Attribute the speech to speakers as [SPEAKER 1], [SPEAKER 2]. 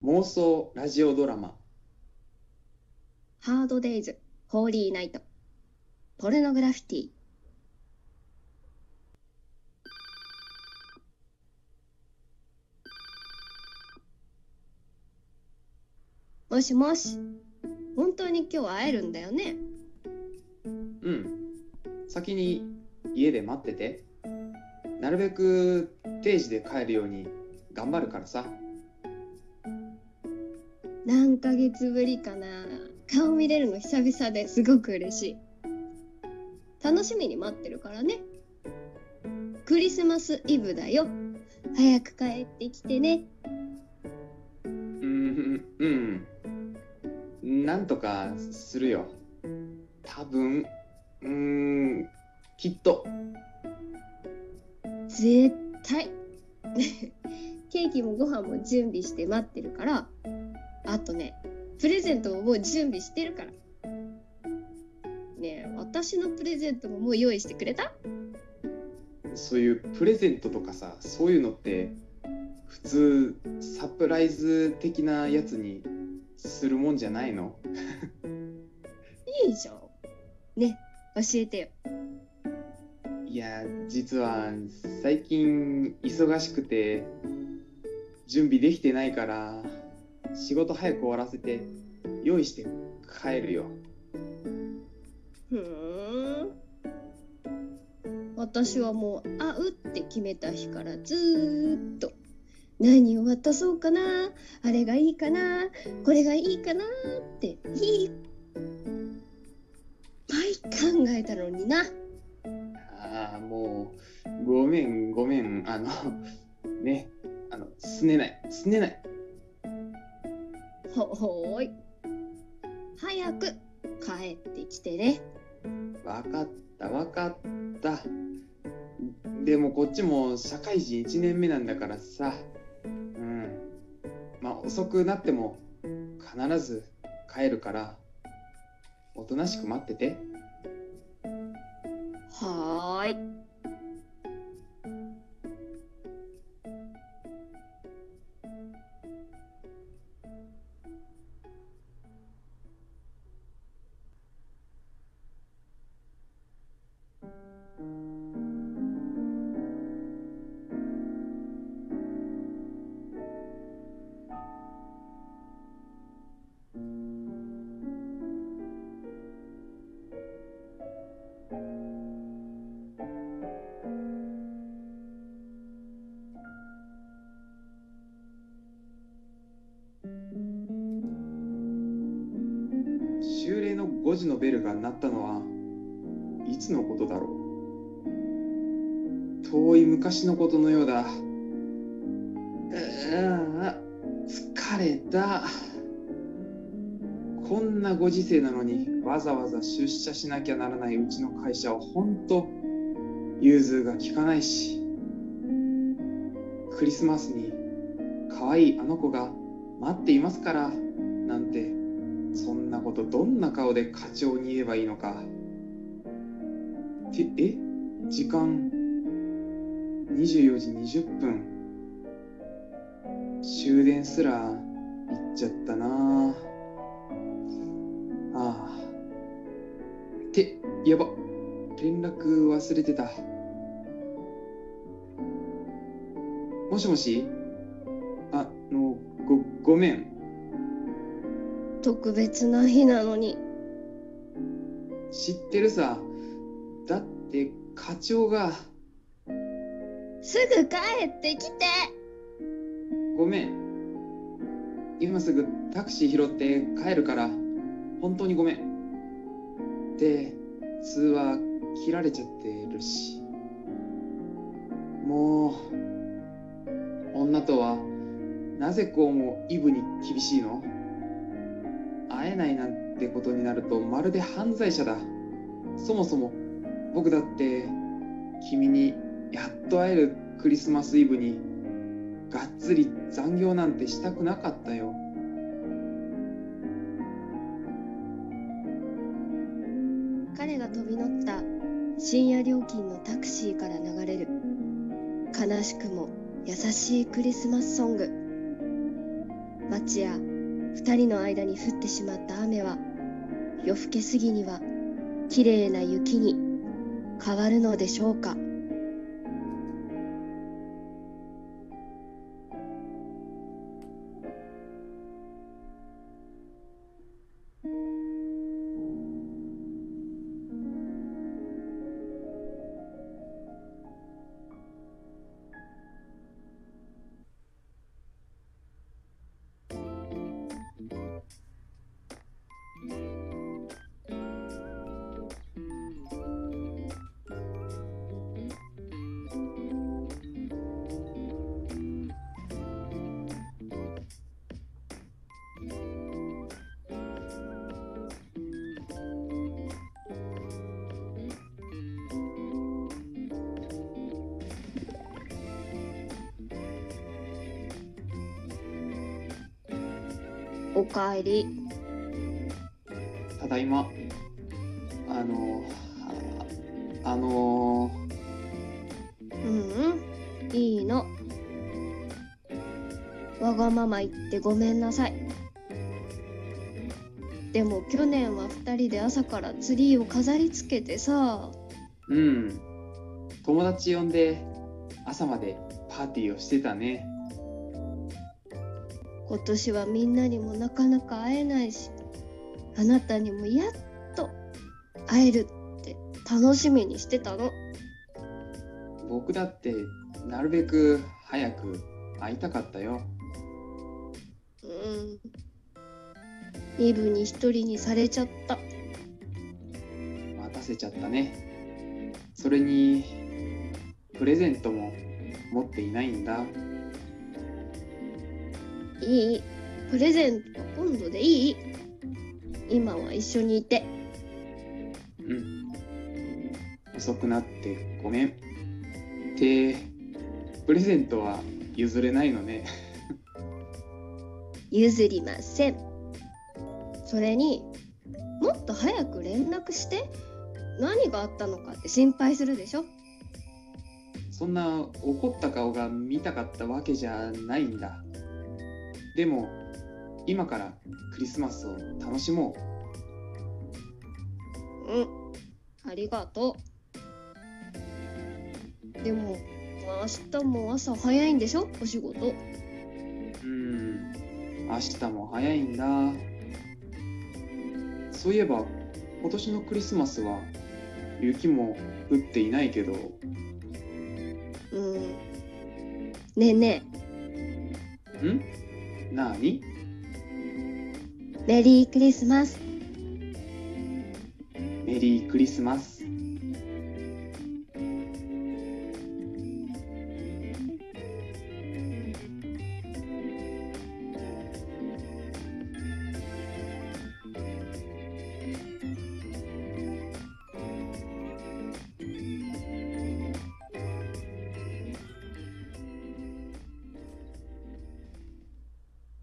[SPEAKER 1] 妄想ラジオドラマ。
[SPEAKER 2] ハードデイズ、ホーリーナイト、ポルノグラフィティ。もしもし、本当に今日会えるんだよね。
[SPEAKER 1] うん。先に家で待ってて。なるべく定時で帰るように頑張るからさ。
[SPEAKER 2] 何ヶ月ぶりかな。顔見れるの久々ですごく嬉しい。楽しみに待ってるからね。クリスマスイブだよ。早く帰ってきてね。
[SPEAKER 1] うん。なんとかするよ。多分、きっと。
[SPEAKER 2] 絶対。ケーキもご飯も準備して待ってるから。あとね、プレゼントももう準備してるから。ねえ、私のプレゼントももう用意してくれた？
[SPEAKER 1] そういうプレゼントとかさ、そういうのって普通サプライズ的なやつにするもんじゃないの？
[SPEAKER 2] いいじゃん。ね、教えてよ。
[SPEAKER 1] いや、実は最近忙しくて準備できてないから仕事早く終わらせて用意して帰るよ。
[SPEAKER 2] ふーん。私はもう会うって決めた日からずーっと何を渡そうかな、あれがいいかな、これがいいかなっていっぱい考えたのにな。
[SPEAKER 1] もうごめん、ね、すねない。
[SPEAKER 2] ほーい。早く帰ってきてね。
[SPEAKER 1] わかった。でもこっちも社会人1年目なんだからさ。まあ遅くなっても必ず帰るからおとなしく待ってて。
[SPEAKER 2] はーい。
[SPEAKER 1] 終礼の5時のベルが鳴ったのはいつのことだろう。遠い昔のことのようだ。疲れた。こんなご時世なのにわざわざ出社しなきゃならないうちの会社は本当融通が利かないし、クリスマスに可愛いあの子が待っていますからなんて、そんなことどんな顔で課長に言えばいいのか。時間24時20分。終電すら行っちゃったな。やば、連絡忘れてた。もしもし。あのごめん。
[SPEAKER 2] 特別な日なのに。
[SPEAKER 1] 知ってるさ。だって課長が。
[SPEAKER 2] すぐ帰ってきて。
[SPEAKER 1] ごめん、今すぐタクシー拾って帰るから本当にごめん。で、通話切られちゃってるし。もう女とはなぜこうもイブに厳しいの？会えないなんてことになるとまるで犯罪者だ。そもそも僕だって君にやっと会えるクリスマスイブにがっつり残業なんてしたくなかったよ。
[SPEAKER 2] 彼が飛び乗った深夜料金のタクシーから流れる悲しくも優しいクリスマスソング。 町や二人の間に降ってしまった雨は夜更け過ぎにはきれいな雪に変わるのでしょうか。おかえり。
[SPEAKER 1] ただいま。
[SPEAKER 2] いいの。わがまま言ってごめんなさい。でも去年は2人で朝からツリーを飾りつけてさ。
[SPEAKER 1] 友達呼んで朝までパーティーをしてたね。
[SPEAKER 2] 今年はみんなにもなかなか会えないし、あなたにもやっと会えるって楽しみにしてたの。
[SPEAKER 1] 僕だってなるべく早く会いたかったよ。
[SPEAKER 2] イブに一人にされちゃった。
[SPEAKER 1] 待たせちゃったね。それにプレゼントも持っていないんだ。
[SPEAKER 2] いい、プレゼントは今度でいい。今は一緒にいて。
[SPEAKER 1] 遅くなってごめん。ってプレゼントは譲れないのね。
[SPEAKER 2] 譲りません。それにもっと早く連絡して、何があったのかって心配するでしょ。
[SPEAKER 1] そんな怒った顔が見たかったわけじゃないんだ。でも今からクリスマスを楽しも
[SPEAKER 2] う。ありがとう。でも明日も朝早いんでしょ、お仕事。
[SPEAKER 1] 明日も早いんだ。そういえば今年のクリスマスは雪も降っていないけど。
[SPEAKER 2] ねえね
[SPEAKER 1] え。なに？
[SPEAKER 2] メリークリスマス。
[SPEAKER 1] メリークリスマス。